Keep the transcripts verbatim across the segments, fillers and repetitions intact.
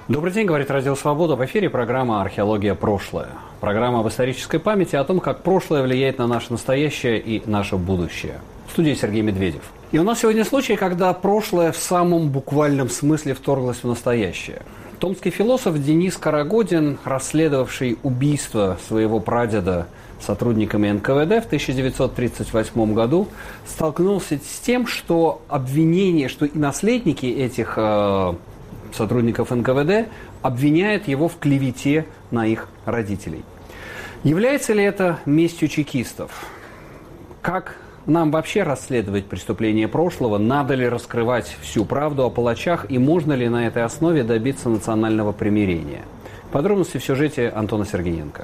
Добрый день, говорит Радио Свобода. В эфире программа «Археология. Прошлое». Программа об исторической памяти, о том, как прошлое влияет на наше настоящее и наше будущее. В студии Сергей Медведев. И у нас сегодня случай, когда прошлое в самом буквальном смысле вторглось в настоящее. Томский философ Денис Карагодин, расследовавший убийство своего прадеда сотрудниками эн ка вэ дэ в тысяча девятьсот тридцать восьмом году, столкнулся с тем, что обвинение, что и наследники этих э, сотрудников эн ка вэ дэ обвиняют его в клевете на их родителей. Является ли это местью чекистов? Как нам вообще расследовать преступления прошлого? Надо ли раскрывать всю правду о палачах? И можно ли на этой основе добиться национального примирения? Подробности в сюжете Антона Сергеенко.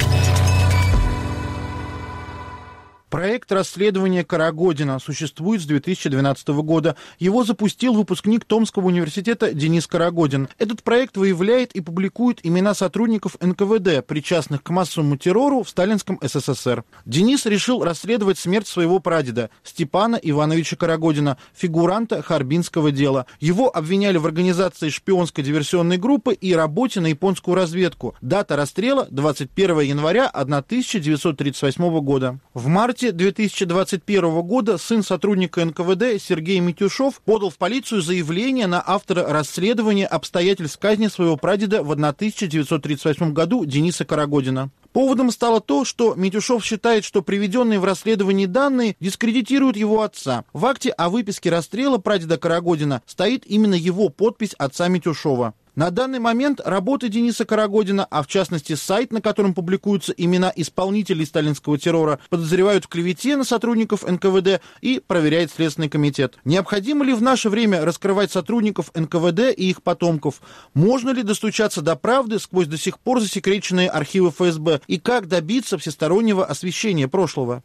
Проект расследования Карагодина существует с две тысячи двенадцатого года. Его запустил выпускник Томского университета Денис Карагодин. Этот проект выявляет и публикует имена сотрудников эн ка вэ дэ, причастных к массовому террору в сталинском эс эс эс эр. Денис решил расследовать смерть своего прадеда Степана Ивановича Карагодина, фигуранта Харбинского дела. Его обвиняли в организации шпионской диверсионной группы и работе на японскую разведку. Дата расстрела двадцать первого января тысяча девятьсот тридцать восьмого года. В марте две тысячи двадцать первого года сын сотрудника эн ка вэ дэ Сергей Митюшов подал в полицию заявление на автора расследования обстоятельств казни своего прадеда в тысяча девятьсот тридцать восьмом году Дениса Карагодина. Поводом стало то, что Митюшов считает, что приведенные в расследовании данные дискредитируют его отца. В акте о выписке расстрела прадеда Карагодина стоит именно его подпись отца Митюшова. На данный момент работа Дениса Карагодина, а в частности сайт, на котором публикуются имена исполнителей сталинского террора, подозревают в клевете на сотрудников эн ка вэ дэ и проверяет Следственный комитет. Необходимо ли в наше время раскрывать сотрудников эн ка вэ дэ и их потомков? Можно ли достучаться до правды сквозь до сих пор засекреченные архивы эф эс бэ? И как добиться всестороннего освещения прошлого?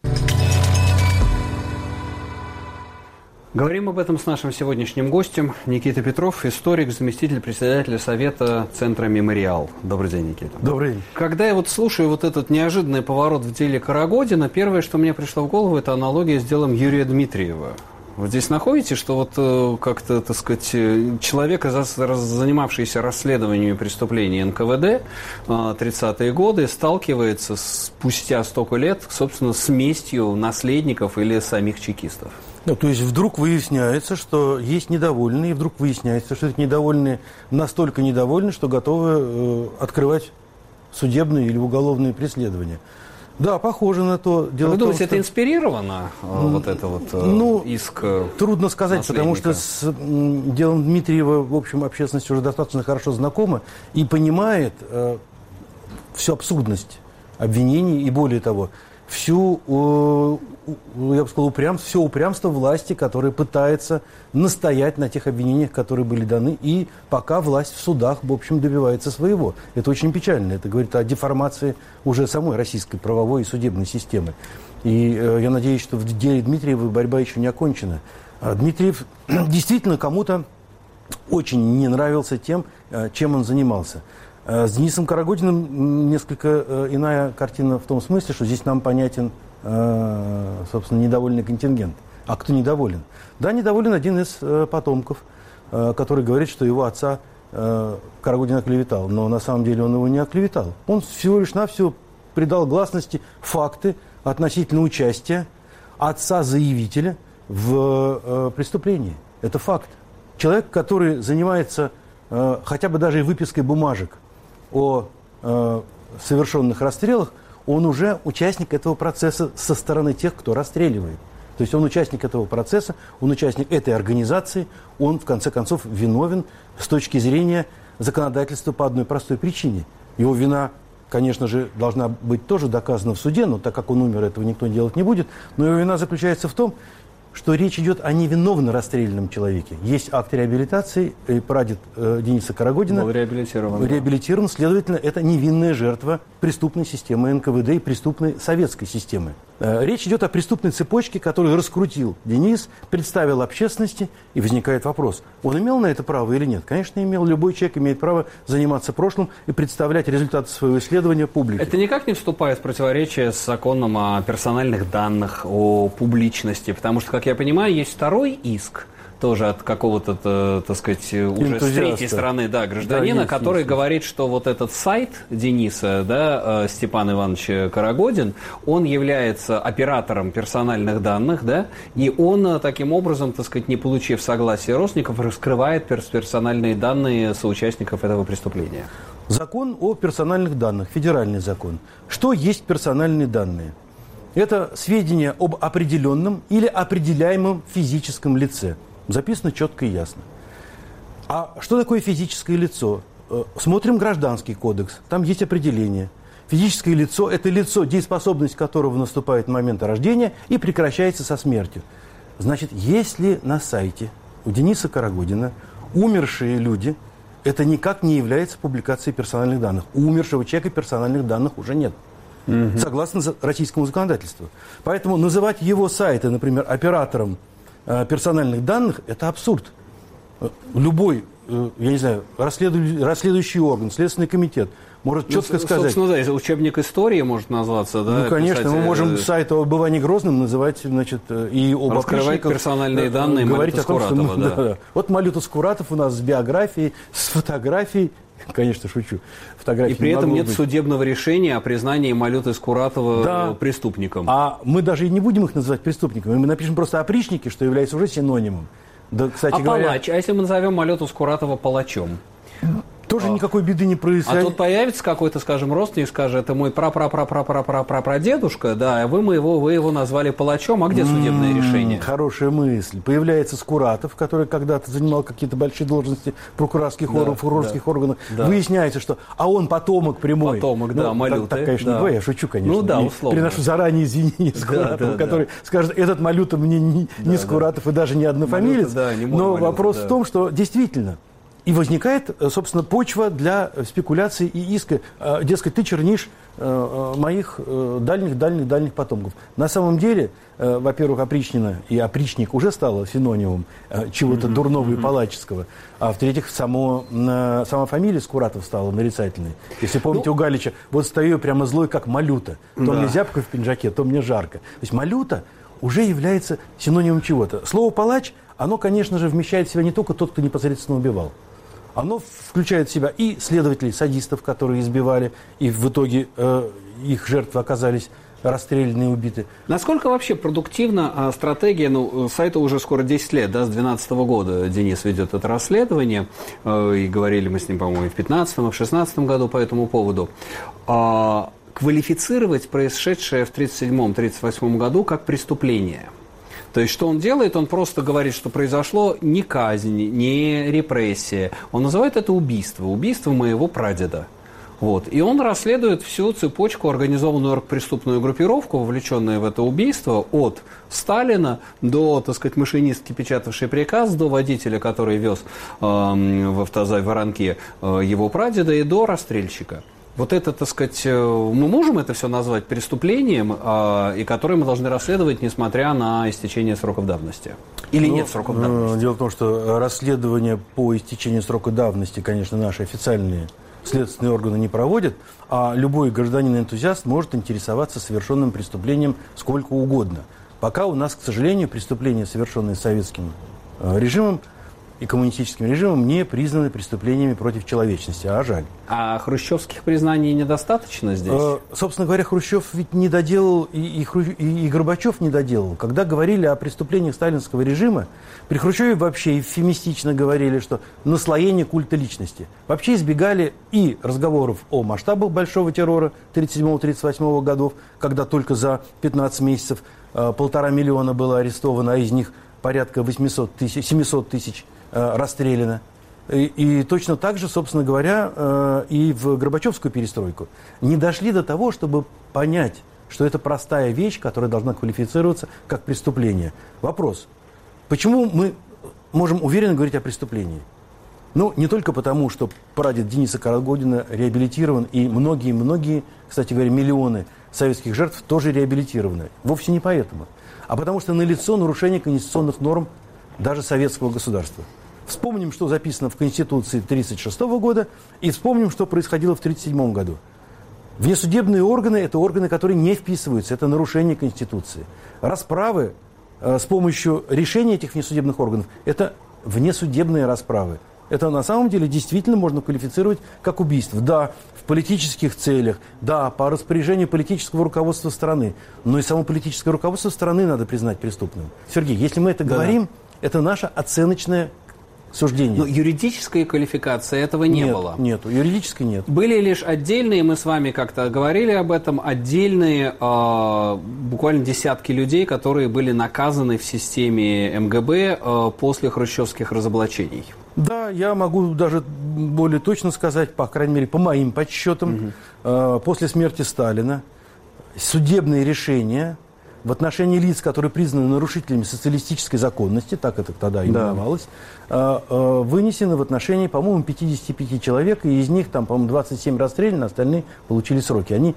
Говорим об этом с нашим сегодняшним гостем. Никита Петров, историк, заместитель председателя Совета Центра «Мемориал». Добрый день, Никита. Добрый день. Когда я вот слушаю вот этот неожиданный поворот в деле Карагодина, первое, что мне пришло в голову, это аналогия с делом Юрия Дмитриева. Вы здесь находите, что вот э, как-то, так сказать, человек, занимавшийся расследованием преступлений эн ка вэ дэ э, тридцатые годы, сталкивается спустя столько лет, собственно, с местью наследников или самих чекистов? Ну, то есть вдруг выясняется, что есть недовольные, и вдруг выясняется, что эти недовольные настолько недовольны, что готовы э, открывать судебные или уголовные преследования. Да, похоже на то. Дело Вы в том, думаете, что... это инспирировано, э, вот это вот э, ну, иск э, трудно сказать, наследника? Потому что с м, делом Дмитриева, в общем, общественность уже достаточно хорошо знакома и понимает э, всю абсурдность обвинений и, более того, всю, э, я бы сказал, упрямство, все упрямство власти, которая пытается настоять на тех обвинениях, которые были даны, и пока власть в судах, в общем, добивается своего. Это очень печально. Это говорит о деформации уже самой российской правовой и судебной системы. И э, я надеюсь, что в деле Дмитриева борьба еще не окончена. А Дмитриев действительно кому-то очень не нравился тем, чем он занимался. С Денисом Карагодиным несколько иная картина в том смысле, что здесь нам понятен, собственно, недовольный контингент. А кто недоволен? Да, недоволен один из потомков, который говорит, что его отца Карагодин оклеветал. Но на самом деле он его не оклеветал. Он всего лишь навсего придал гласности факты относительно участия отца-заявителя в преступлении. Это факт. Человек, который занимается хотя бы даже и выпиской бумажек о э, совершенных расстрелах, он уже участник этого процесса со стороны тех, кто расстреливает. То есть он участник этого процесса, он участник этой организации, он, в конце концов, виновен с точки зрения законодательства по одной простой причине. Его вина, конечно же, должна быть тоже доказана в суде, но так как он умер, этого никто делать не будет. Но его вина заключается в том, что речь идет о невиновно расстрелянном человеке. Есть акт реабилитации, и прадед э, Дениса Карагодина был реабилитирован. Реабилитирован, следовательно, это невинная жертва преступной системы эн ка вэ дэ и преступной советской системы. Э, речь идет о преступной цепочке, которую раскрутил Денис, представил общественности, и возникает вопрос, он имел на это право или нет? Конечно, имел. Любой человек имеет право заниматься прошлым и представлять результаты своего исследования публике. Это никак не вступает в противоречие с законом о персональных данных, о публичности, потому что, как я понимаю, есть второй иск, тоже от какого-то, так сказать, уже с третьей стороны, да, гражданина, да, есть, который есть, говорит, есть. Что вот этот сайт Дениса, да, Степан Иванович Карагодин, он является оператором персональных данных, да, и он таким образом, так сказать, не получив согласия родственников, раскрывает персональные данные соучастников этого преступления. Закон о персональных данных, федеральный закон. Что есть персональные данные? Это сведения об определенном или определяемом физическом лице. Записано четко и ясно. А что такое физическое лицо? Смотрим Гражданский кодекс, там есть определение. Физическое лицо – это лицо, дееспособность которого наступает в момент рождения и прекращается со смертью. Значит, если на сайте у Дениса Карагодина умершие люди, это никак не является публикацией персональных данных. У умершего человека персональных данных уже нет. Угу. Согласно российскому законодательству. Поэтому называть его сайты, например, оператором э, персональных данных – это абсурд. Любой, э, я не знаю, расследующий, расследующий орган, Следственный комитет может четко ну, сказать. Собственно, да, учебник истории может назваться, да? Ну, конечно, писать, мы можем сайт об Иване Грозном называть, значит, и об раскрывать персональные данные говорить о том, Скуратова, что мы, да. Да, да. Вот Малюта Скуратов у нас с биографией, с фотографией. Конечно, шучу. И при этом нет быть. судебного решения о признании Малюты Скуратова да. преступником. А мы даже и не будем их называть преступниками. Мы напишем просто опричники, что является уже синонимом. Да, кстати а говоря... палач? А если мы назовем Малюту Скуратова палачом? Тоже а. никакой беды не происходит. А тут появится какой-то, скажем, родственник, скажет, это мой пра-пра-пра-пра-пра-пра-прадедушка, да, а вы, мы его, вы его назвали палачом, а где судебное м-м, решение? Хорошая мысль. Появляется Скуратов, который когда-то занимал какие-то большие должности в прокурорских, да, органах, прокурорских да, органах. Да. Выясняется, что, а он потомок прямой. Потомок, ну, да, Малюты. Так, так конечно, да. не говорю, я шучу, конечно. Ну да, условно. Приношу заранее извинения Скуратову, да, да, который да. скажет, этот Малюта мне не, да, не Скуратов да. и даже не однофамилец. Малюта, да, не но Малюта, вопрос да. в том, что действительно... И возникает, собственно, почва для спекуляций и иска. Дескать, ты чернишь моих дальних-дальних-дальних потомков. На самом деле, во-первых, опричнина и опричник уже стало синонимом чего-то mm-hmm. дурного и палаческого. А в-третьих, само, сама фамилия Скуратов стала нарицательной. Если помните, ну, у Галича, вот стою прямо злой, как Малюта. То да. мне зябко в пинжаке, то мне жарко. То есть Малюта уже является синонимом чего-то. Слово «палач», оно, конечно же, вмещает в себя не только тот, кто непосредственно убивал. Оно включает в себя и следователей, садистов, которые избивали, и в итоге э, их жертвы оказались расстреляны и убиты. Насколько вообще продуктивна а, стратегия, ну, сайту уже скоро десять лет, да, с две тысячи двенадцатого года Денис ведет это расследование, э, и говорили мы с ним, по-моему, и в две тысячи пятнадцатом, и в две тысячи шестнадцатом году по этому поводу, а, квалифицировать происшедшее в тридцать седьмом — тридцать восьмом году как преступление. То есть, что он делает? Он просто говорит, что произошло не казнь, не репрессия. Он называет это убийство. Убийство моего прадеда. Вот. И он расследует всю цепочку, организованную преступную группировку, вовлеченную в это убийство, от Сталина до, так сказать, машинистки, печатавшей приказ, до водителя, который вез э, в автозай в воронке э, его прадеда, и до расстрельщика. Вот это, так сказать, мы можем это все назвать преступлением, э, и которое мы должны расследовать, несмотря на истечение сроков давности? Или ну, нет сроков давности? Дело в том, что расследование по истечению срока давности, конечно, наши официальные следственные органы не проводят, а любой гражданин-энтузиаст может интересоваться совершенным преступлением сколько угодно. Пока у нас, к сожалению, преступления, совершенные советским э, режимом, и коммунистическим режимом, не признаны преступлениями против человечности, а жаль. А хрущевских признаний недостаточно здесь? Э, собственно говоря, Хрущев ведь не доделал, и, и, Хрущ... и, и Горбачев не доделал. Когда говорили о преступлениях сталинского режима, при Хрущеве вообще эвфемистично говорили, что наслоение культа личности. Вообще избегали и разговоров о масштабах большого террора тридцать седьмого — тридцать восьмого годов, когда только за пятнадцать месяцев э, полтора миллиона было арестовано, а из них порядка восемьсот тысяч, семьсот тысяч расстреляно. И, и точно так же, собственно говоря, э, и в Горбачевскую перестройку. Не дошли до того, чтобы понять, что это простая вещь, которая должна квалифицироваться как преступление. Вопрос. Почему мы можем уверенно говорить о преступлении? Ну, не только потому, что прадед Дениса Карагодина реабилитирован, и многие-многие, кстати говоря, миллионы советских жертв тоже реабилитированы. Вовсе не поэтому. А потому что налицо нарушение конституционных норм даже советского государства. Вспомним, что записано в Конституции тысяча девятьсот тридцать шестого года, и вспомним, что происходило в тысяча девятьсот тридцать седьмом году. Внесудебные органы – это органы, которые не вписываются, это нарушение Конституции. Расправы э, с помощью решения этих внесудебных органов, это внесудебные расправы. Это на самом деле действительно можно квалифицировать как убийство. Да, в политических целях, да, по распоряжению политического руководства страны. Но и само политическое руководство страны надо признать преступным. Сергей, если мы это да. говорим, это наша оценочная суждение. Но юридической квалификации этого не нет, было. Нет, юридической нет. Были лишь отдельные, мы с вами как-то говорили об этом, отдельные э, буквально десятки людей, которые были наказаны в системе эм гэ бэ э, после хрущевских разоблачений. Да, я могу даже более точно сказать, по крайней мере, по моим подсчетам, угу. э, после смерти Сталина судебные решения в отношении лиц, которые признаны нарушителями социалистической законности, так это тогда именовалось, да. вынесены в отношении, по-моему, пятидесяти пяти человек, и из них, там, по-моему, двадцать семь расстреляны, остальные получили сроки. Они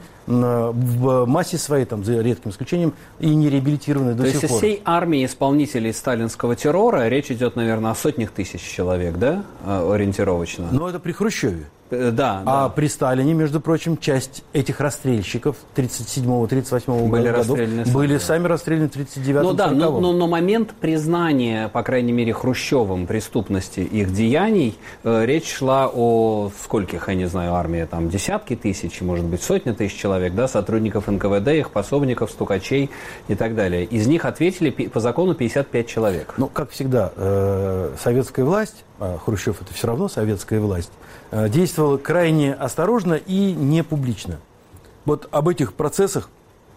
в массе своей, там, за редким исключением, и не реабилитированы до То сих пор. То есть всей армии исполнителей сталинского террора речь идет, наверное, о сотнях тысяч человек, да, ориентировочно? Но это при Хрущеве. Да, а да. при Сталине, между прочим, часть этих расстрельщиков тридцать седьмого — тридцать восьмого были годов расстреляны были сами расстреляны в тридцать девятом — ну, да, сороковом. но, но, но момент признания, по крайней мере, Хрущевым преступности их деяний, э, речь шла о скольких, я не знаю, армия, там, десятки тысяч, может быть, сотни тысяч человек, да, сотрудников эн ка вэ дэ, их пособников, стукачей и так далее. Из них ответили по закону пятьдесят пять человек. Ну, как всегда, э, советская власть, а Хрущев это все равно советская власть, э, действовала крайне осторожно и не публично. Вот об этих процессах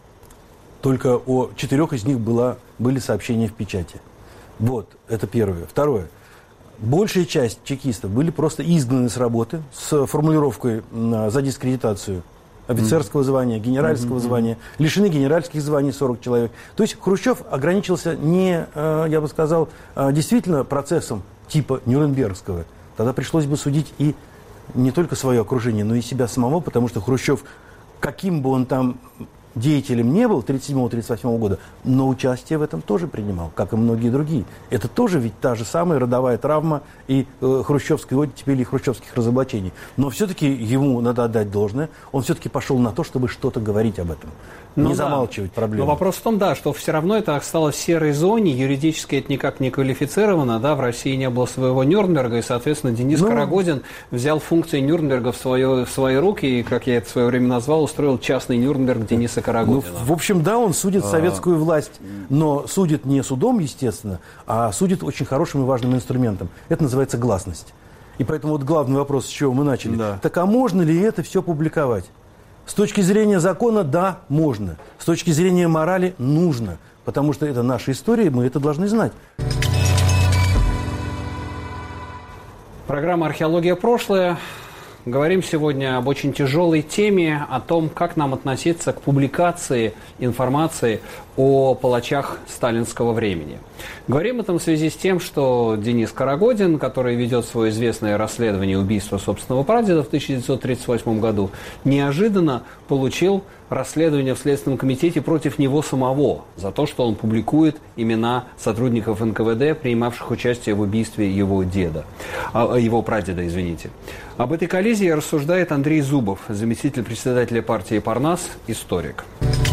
только о четырех из них было, были сообщения в печати. Вот, это первое. Второе. Большая часть чекистов были просто изгнаны с работы с формулировкой за дискредитацию офицерского звания, генеральского mm-hmm. звания, лишены генеральских званий сорок человек. То есть Хрущев ограничился не, я бы сказал, действительно процессом типа Нюрнбергского. Тогда пришлось бы судить и не только свое окружение, но и себя самого, потому что Хрущев, каким бы он там деятелем не был тридцать седьмого — тридцать восьмого года, но участие в этом тоже принимал, как и многие другие. Это тоже ведь та же самая родовая травма и э, хрущевской оттепели, и хрущевских разоблачений. Но все-таки ему надо отдать должное, он все-таки пошел на то, чтобы что-то говорить об этом. Ну, не да. замалчивать проблему. Но вопрос в том, да, что все равно это осталось в серой зоне, юридически это никак не квалифицировано, да, в России не было своего Нюрнберга, и, соответственно, Денис ну, Карагодин взял функции Нюрнберга в, свое, в свои руки, и, как я это в свое время назвал, устроил частный Нюрнберг Дениса Карагодина. Ну, в общем, да, он судит советскую власть, но судит не судом, естественно, а судит очень хорошим и важным инструментом. Это называется гласность. И поэтому вот главный вопрос, с чего мы начали. Да. Так а можно ли это все публиковать? С точки зрения закона, да, можно. С точки зрения морали, нужно. Потому что это наша история, мы это должны знать. Программа «Археология. Прошлое». Говорим сегодня об очень тяжелой теме, о том, как нам относиться к публикации информации о палачах сталинского времени. Говорим это в связи с тем, что Денис Карагодин, который ведет свое известное расследование убийства собственного прадеда в тысяча девятьсот тридцать восьмом году, неожиданно получил расследование в Следственном комитете против него самого за то, что он публикует имена сотрудников эн ка вэ дэ, принимавших участие в убийстве его деда, его прадеда, извините. Об этой коллизии рассуждает Андрей Зубов, заместитель председателя партии «Парнас», историк.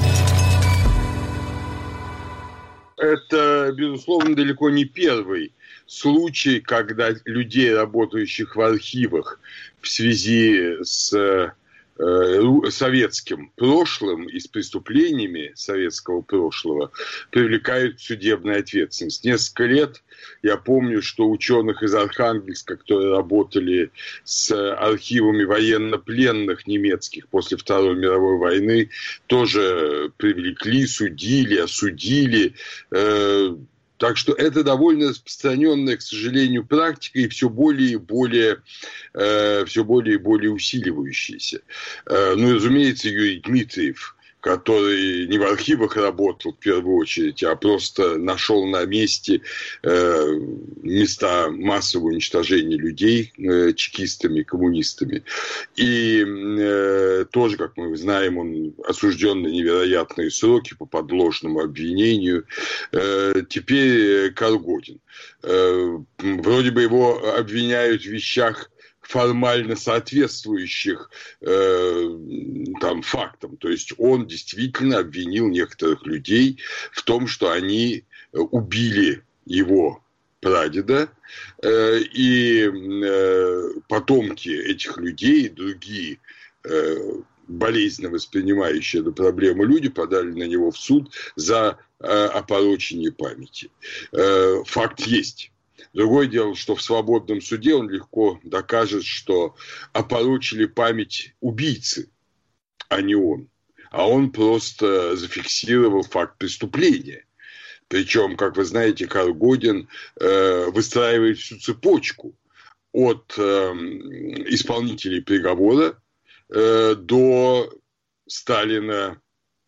Это, безусловно, далеко не первый случай, когда людей, работающих в архивах в связи с советским прошлым и с преступлениями советского прошлого, привлекают к судебной ответственности. Несколько лет я помню, что ученых из Архангельска, которые работали с архивами военнопленных немецких после Второй мировой войны, тоже привлекли, судили, осудили. Так что это довольно распространенная, к сожалению, практика и все более и более, э, все более и более усиливающаяся. Э, ну, разумеется, Юрий Дмитриев, который не в архивах работал в первую очередь, а просто нашел на месте э, места массового уничтожения людей э, чекистами, коммунистами. И э, тоже, как мы знаем, он осужден на невероятные сроки по подложному обвинению. Э, теперь Карагодин. Э, вроде бы его обвиняют в вещах, формально соответствующих э, там, фактам. То есть он действительно обвинил некоторых людей в том, что они убили его прадеда, и потомки этих людей, другие болезненно воспринимающие эту проблему люди, подали на него в суд за опорочение памяти. Факт есть. Другое дело, что в свободном суде он легко докажет, что опорочили память убийцы, а не он. А он просто зафиксировал факт преступления. Причем, как вы знаете, Карагодин э, выстраивает всю цепочку от э, исполнителей приговора э, до Сталина,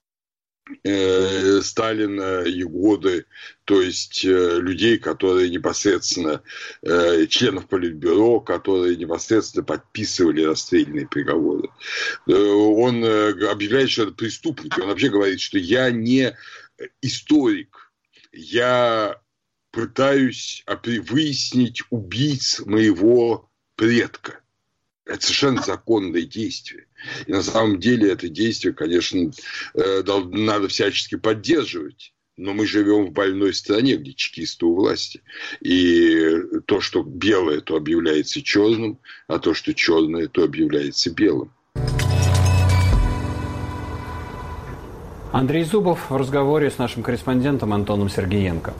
э, Сталина, Егоды, то есть э, людей, которые непосредственно, э, членов Политбюро, которые непосредственно подписывали расстрельные приговоры. Э, он э, объявляет, что это преступники. Он вообще говорит, что я не историк. Я пытаюсь выяснить убийц моего предка. Это совершенно законное действие. И на самом деле это действие, конечно, надо всячески поддерживать. Но мы живем в больной стране, где чекисты у власти. И то, что белое, то объявляется черным, а то, что черное, то объявляется белым. Андрей Зубов в разговоре с нашим корреспондентом Антоном Сергеенко.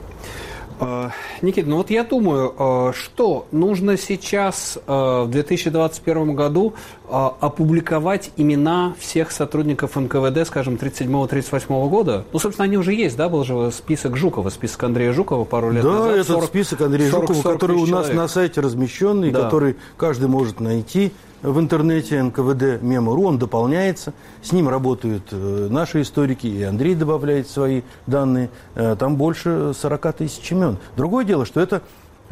Никита, ну вот я думаю, что нужно сейчас в две тысячи двадцать первом году опубликовать имена всех сотрудников эн ка вэ дэ, скажем, тридцать седьмого — тридцать восьмого года. Ну, собственно, они уже есть, да, был же список Жукова, список Андрея Жукова пару лет да, назад. Да, этот сорок, список Андрея сорок, Жукова, который у нас человек. На сайте размещенный, да. Который каждый может найти в интернете эн ка вэ дэ мем точка ру, он дополняется, с ним работают наши историки, и Андрей добавляет свои данные, там больше сорок тысяч имен. Другое дело, что это,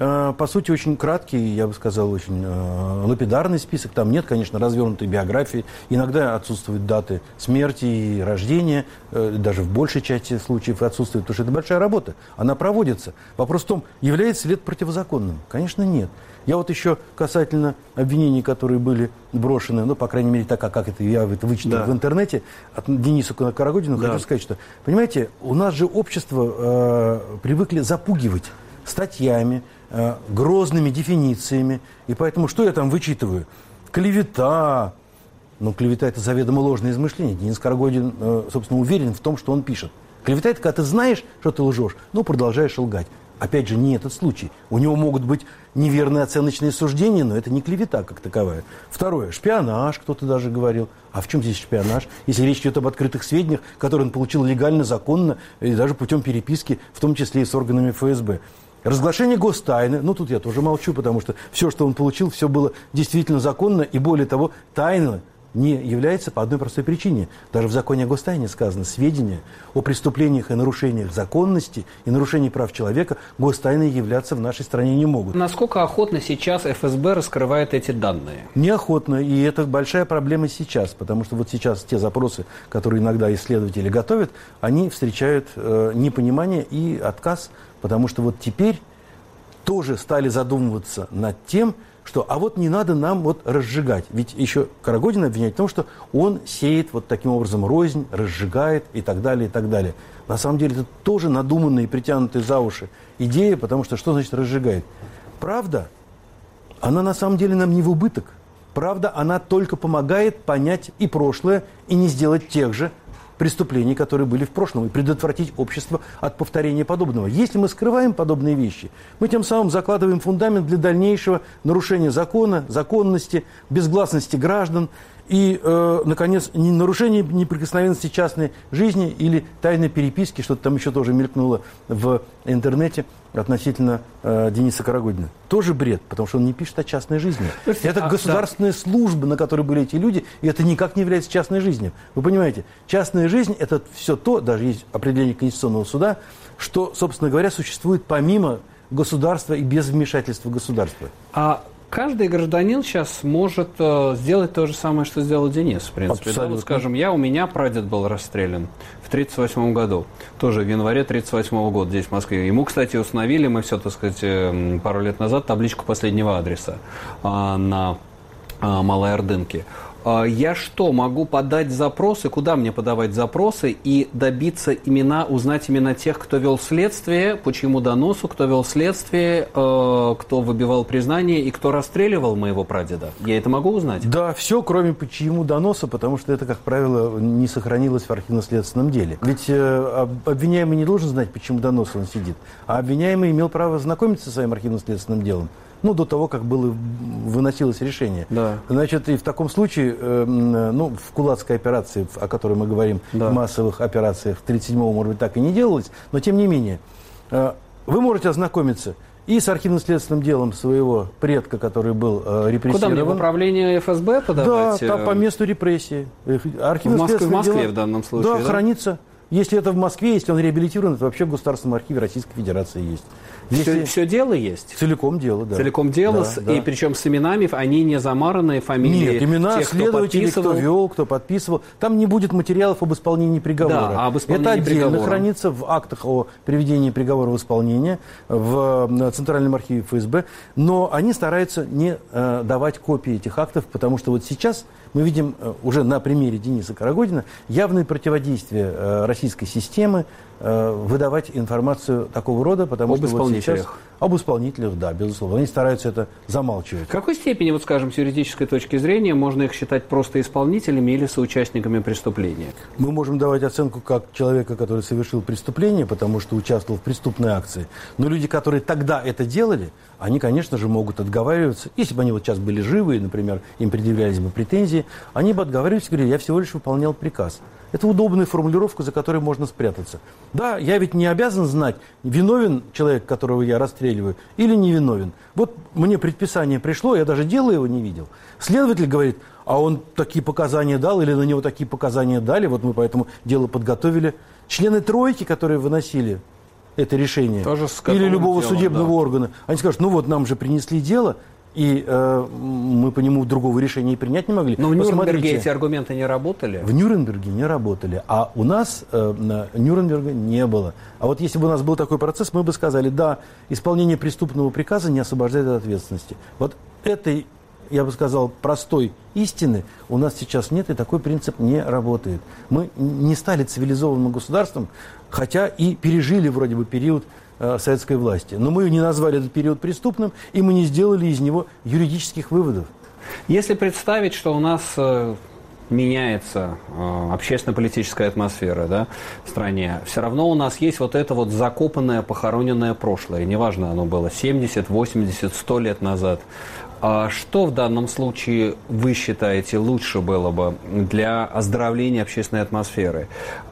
по сути, очень краткий, я бы сказал, очень лапидарный список, там нет, конечно, развернутой биографии, иногда отсутствуют даты смерти и рождения, даже в большей части случаев отсутствует, потому что это большая работа, она проводится. Вопрос в том, является ли это противозаконным? Конечно, нет. Я вот еще касательно обвинений, которые были брошены, ну, по крайней мере, так, как это я это вычитал да. в интернете, от Дениса Карагодина, да. хочу сказать, что, понимаете, у нас же общество э, привыкли запугивать статьями, э, грозными дефинициями, и поэтому что я там вычитываю? Клевета. Ну, клевета – это заведомо ложное измышление. Денис Карагодин, э, собственно, уверен в том, что он пишет. Клевета – это когда ты знаешь, что ты лжешь, но продолжаешь лгать. Опять же, не этот случай. У него могут быть неверные оценочные суждения, но это не клевета как таковая. Второе. Шпионаж, кто-то даже говорил. А в чем здесь шпионаж? Если речь идет об открытых сведениях, которые он получил легально, законно, и даже путем переписки, в том числе и с органами эф эс бэ. Разглашение гостайны. Ну, тут я тоже молчу, потому что все, что он получил, все было действительно законно, и более того, тайно не является по одной простой причине. Даже в законе о гостайне сказано, сведения о преступлениях и нарушениях законности и нарушении прав человека гостайной являться в нашей стране не могут. Насколько охотно сейчас эф эс бэ раскрывает эти данные? Неохотно, и это большая проблема сейчас, потому что вот сейчас те запросы, которые иногда исследователи готовят, они встречают э, непонимание и отказ, потому что вот теперь тоже стали задумываться над тем, что, а вот не надо нам вот разжигать. Ведь еще Карагодин обвиняет в том, что он сеет вот таким образом рознь, разжигает и так далее, и так далее. На самом деле это тоже надуманная и притянутая за уши идея, потому что что значит разжигает? Правда, она на самом деле нам не в убыток. Правда, она только помогает понять и прошлое, и не сделать тех же преступлений, которые были в прошлом, и предотвратить общество от повторения подобного. Если мы скрываем подобные вещи, мы тем самым закладываем фундамент для дальнейшего нарушения закона, законности, безгласности граждан и, э, наконец, нарушения неприкосновенности частной жизни или тайной переписки, что-то там еще тоже мелькнуло в интернете относительно э, Дениса Карагодина. Тоже бред, потому что он не пишет о частной жизни. Это а, государственная да. служба, на которой были эти люди, и это никак не является частной жизнью. Вы понимаете, частная жизнь – это все то, даже есть определение Конституционного суда, что, собственно говоря, существует помимо государства и без вмешательства государства. А каждый гражданин сейчас может э, сделать то же самое, что сделал Денис, в принципе. Да, вот, скажем, я, у меня прадед был расстрелян в тридцать восьмом году, тоже в январе тридцать восьмого года здесь, в Москве. Ему, кстати, установили, мы все, так сказать, э, пару лет назад, табличку последнего адреса э, на э, Малой Ордынке. Я что, могу подать запросы? Куда мне подавать запросы и добиться имена, узнать имена тех, кто вел следствие, по чьему доносу, кто вел следствие, кто выбивал признание и кто расстреливал моего прадеда? Я это могу узнать? Да, все, кроме по чьему доносу, потому что это, как правило, не сохранилось в архивно-следственном деле. Ведь обвиняемый не должен знать, почему донос он сидит, а обвиняемый имел право знакомиться со своим архивно-следственным делом. Ну, до того, как было, выносилось решение. Да. Значит, и в таком случае, э, ну, в кулацкой операции, о которой мы говорим, да. массовых операциях, в тридцать седьмом, может быть, так и не делалось, но тем не менее, э, вы можете ознакомиться и с архивно-следственным делом своего предка, который был э, репрессирован. Куда мне, в управление эф эс бэ подавать? Да, там, по месту репрессии. В Москве, в Москве дело, в данном случае, да? Да, хранится. Если это в Москве, если он реабилитирован, это вообще в Государственном архиве Российской Федерации есть. Все, все дело есть? Целиком дело, да. Целиком дело, да, с, да. И причем с именами, они не замаранные, фамилии Нет, имена тех, следователей, кто, кто вел, кто подписывал. Там не будет материалов об исполнении приговора. Да, об исполнении это отдельно приговора. хранится в актах о приведении приговора в исполнение в Центральном архиве эф эс бэ. Но они стараются не э, давать копии этих актов, потому что вот сейчас мы видим э, уже на примере Дениса Карагодина явное противодействие э, российской системы э, выдавать информацию такого рода, потому об что исполнителях. Вот сейчас, об исполнителях, да, безусловно. Они стараются это замалчивать. В какой степени, вот скажем, с юридической точки зрения, можно их считать просто исполнителями или соучастниками преступления? Мы можем давать оценку как человека, который совершил преступление, потому что участвовал в преступной акции. Но люди, которые тогда это делали, они, конечно же, могут отговариваться. Если бы они вот сейчас были живы, например, им предъявлялись бы претензии, они бы отговаривались и говорили: я всего лишь выполнял приказ. Это удобная формулировка, за которой можно спрятаться. Да, я ведь не обязан знать, виновен человек, которого я расстреливаю, или не виновен. Вот мне предписание пришло, я даже дела его не видел. Следователь говорит: а он такие показания дал, или на него такие показания дали, вот мы поэтому дело подготовили. Члены тройки, которые выносили это решение, или любого делом, судебного да. органа, они скажут: ну вот нам же принесли дело, и э, мы по нему другого решения и принять не могли. Но в Нюрнберге эти аргументы не работали? В Нюрнберге не работали, а у нас э, Нюрнберга не было. А вот если бы у нас был такой процесс, мы бы сказали: да, исполнение преступного приказа не освобождает от ответственности. Вот этой, я бы сказал, простой истины у нас сейчас нет, и такой принцип не работает. Мы не стали цивилизованным государством, хотя и пережили вроде бы период э, советской власти. Но мы не назвали этот период преступным, и мы не сделали из него юридических выводов. Если представить, что у нас э, меняется э, общественно-политическая атмосфера, да, в стране, все равно у нас есть вот это вот закопанное, похороненное прошлое. Неважно, оно было семьдесят, восемьдесят, сто лет назад. А что в данном случае вы считаете лучше было бы для оздоровления общественной атмосферы?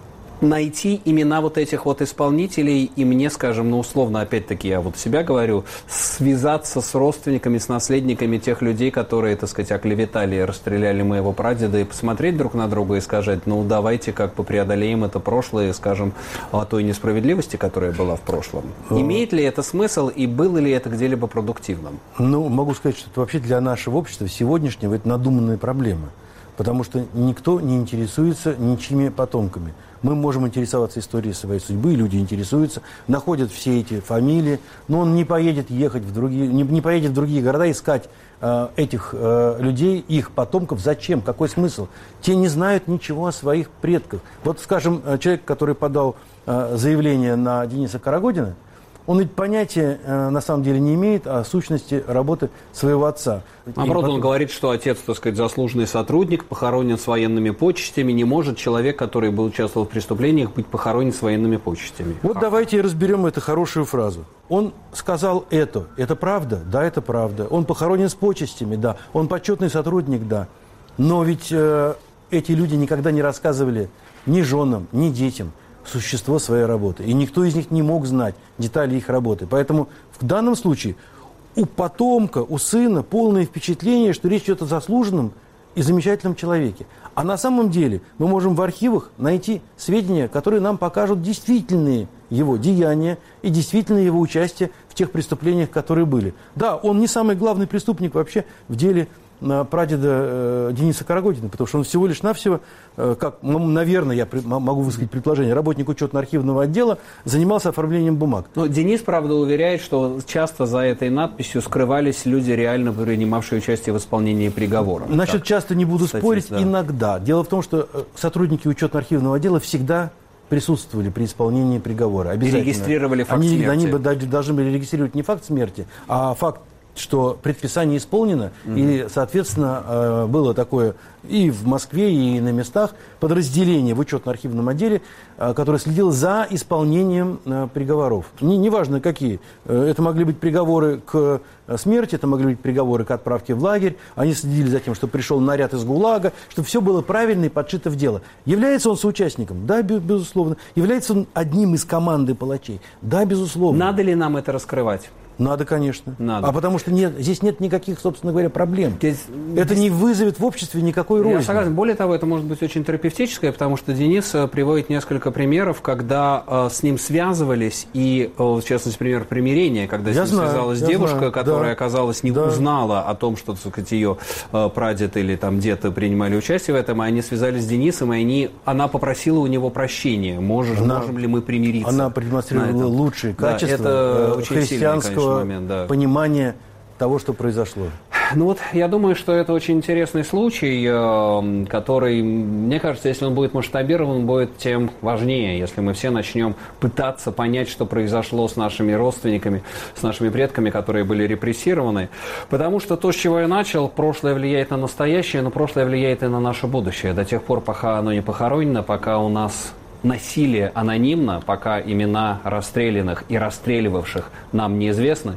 Найти имена вот этих вот исполнителей и мне, скажем, ну, условно, опять-таки, я вот себя говорю, связаться с родственниками, с наследниками тех людей, которые, так сказать, оклеветали и расстреляли моего прадеда, и посмотреть друг на друга и сказать: ну, давайте как бы преодолеем это прошлое, скажем, о той несправедливости, которая была в прошлом. Имеет ли это смысл и было ли это где-либо продуктивным? Ну, могу сказать, что это вообще для нашего общества сегодняшнего это надуманная проблема. Потому что никто не интересуется ничьими потомками. Мы можем интересоваться историей своей судьбы, люди интересуются, находят все эти фамилии, но он не поедет ехать в другие, не, не поедет в другие города искать э, этих э, людей, их потомков. Зачем? Какой смысл? Те не знают ничего о своих предках. Вот, скажем, человек, который подал э, заявление на Дениса Карагодина, он ведь понятия э, на самом деле не имеет о сущности работы своего отца. Наоборот, потом... он говорит, что отец, так сказать, заслуженный сотрудник, похоронен с военными почестями. Не может человек, который был участвовал в преступлениях, быть похоронен с военными почестями. Вот а. давайте разберем эту хорошую фразу. Он сказал это. Это правда? Да, это правда. Он похоронен с почестями? Да. Он почетный сотрудник? Да. Но ведь э, эти люди никогда не рассказывали ни женам, ни детям существо своей работы. И никто из них не мог знать детали их работы. Поэтому в данном случае у потомка, у сына полное впечатление, что речь идет о заслуженном и замечательном человеке. А на самом деле мы можем в архивах найти сведения, которые нам покажут действительные его деяния и действительно его участие в тех преступлениях, которые были. Да, он не самый главный преступник вообще в деле прадеда Дениса Карагодина, потому что он всего лишь навсего, как, наверное, я могу высказать предположение, работник учетно-архивного отдела, занимался оформлением бумаг. Но Денис, правда, уверяет, что часто за этой надписью скрывались люди, реально принимавшие участие в исполнении приговора. Насчет так, часто не буду кстати, спорить, да. иногда. Дело в том, что сотрудники учетно-архивного отдела всегда присутствовали при исполнении приговора. Обязательно. И регистрировали факт они, смерти. Они бы должны были регистрировать не факт смерти, а факт, что предписание исполнено, mm-hmm. и, соответственно, было такое и в Москве, и на местах подразделение в учетно-архивном отделе, которое следило за исполнением приговоров. Не, неважно какие. Это могли быть приговоры к смерти, это могли быть приговоры к отправке в лагерь. Они следили за тем, чтобы пришел наряд из ГУЛАГа, чтобы все было правильно и подшито в дело. Является он соучастником? Да, безусловно. Является он одним из команды палачей? Да, безусловно. Надо ли нам это раскрывать? Надо, конечно. Надо. А потому что нет, здесь нет никаких, собственно говоря, проблем. Здесь, это здесь... не вызовет в обществе никакой роли. Я согласен. Более того, это может быть очень терапевтическое, потому что Денис приводит несколько примеров, когда э, с ним связывались, и, э, в частности, пример примирения, когда я с ним знаю, связалась девушка, знаю, которая, да, оказалось, не да. узнала о том, что, так сказать, ее э, прадед или там дед принимали участие в этом, и они связались с Денисом, и они, она попросила у него прощения. Можешь, она, можем ли мы примириться? Она продемонстрировала лучшие качества да, это христианского сильный, конечно, момент, да. понимания того, что произошло. Ну вот, я думаю, что это очень интересный случай, который, мне кажется, если он будет масштабирован, будет тем важнее, если мы все начнем пытаться понять, что произошло с нашими родственниками, с нашими предками, которые были репрессированы. Потому что то, с чего я начал, прошлое влияет на настоящее, но прошлое влияет и на наше будущее. До тех пор, пока оно не похоронено, пока у нас насилие анонимно, пока имена расстрелянных и расстреливавших нам неизвестны,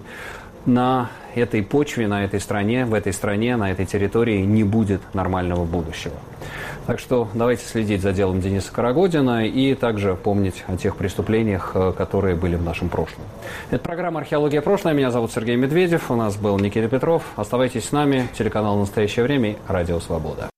на этой почве, на этой стране, в этой стране, на этой территории не будет нормального будущего. Так что давайте следить за делом Дениса Карагодина и также помнить о тех преступлениях, которые были в нашем прошлом. Это программа «Археология. Прошлое». Меня зовут Сергей Медведев. У нас был Никита Петров. Оставайтесь с нами. Телеканал «Настоящее время» и Радио Свобода.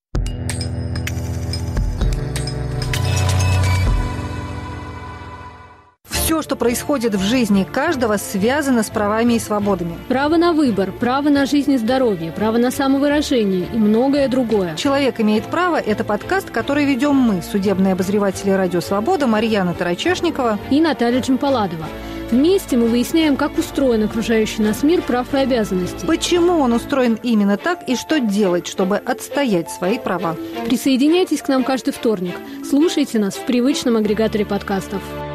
Все, что происходит в жизни каждого, связано с правами и свободами. Право на выбор, право на жизнь и здоровье, право на самовыражение и многое другое. «Человек имеет право» – это подкаст, который ведем мы, судебные обозреватели «Радио Свобода» Марьяна Тарачешникова и Наталья Джампаладова. Вместе мы выясняем, как устроен окружающий нас мир прав и обязанностей. Почему он устроен именно так и что делать, чтобы отстоять свои права. Присоединяйтесь к нам каждый вторник. Слушайте нас в привычном агрегаторе подкастов.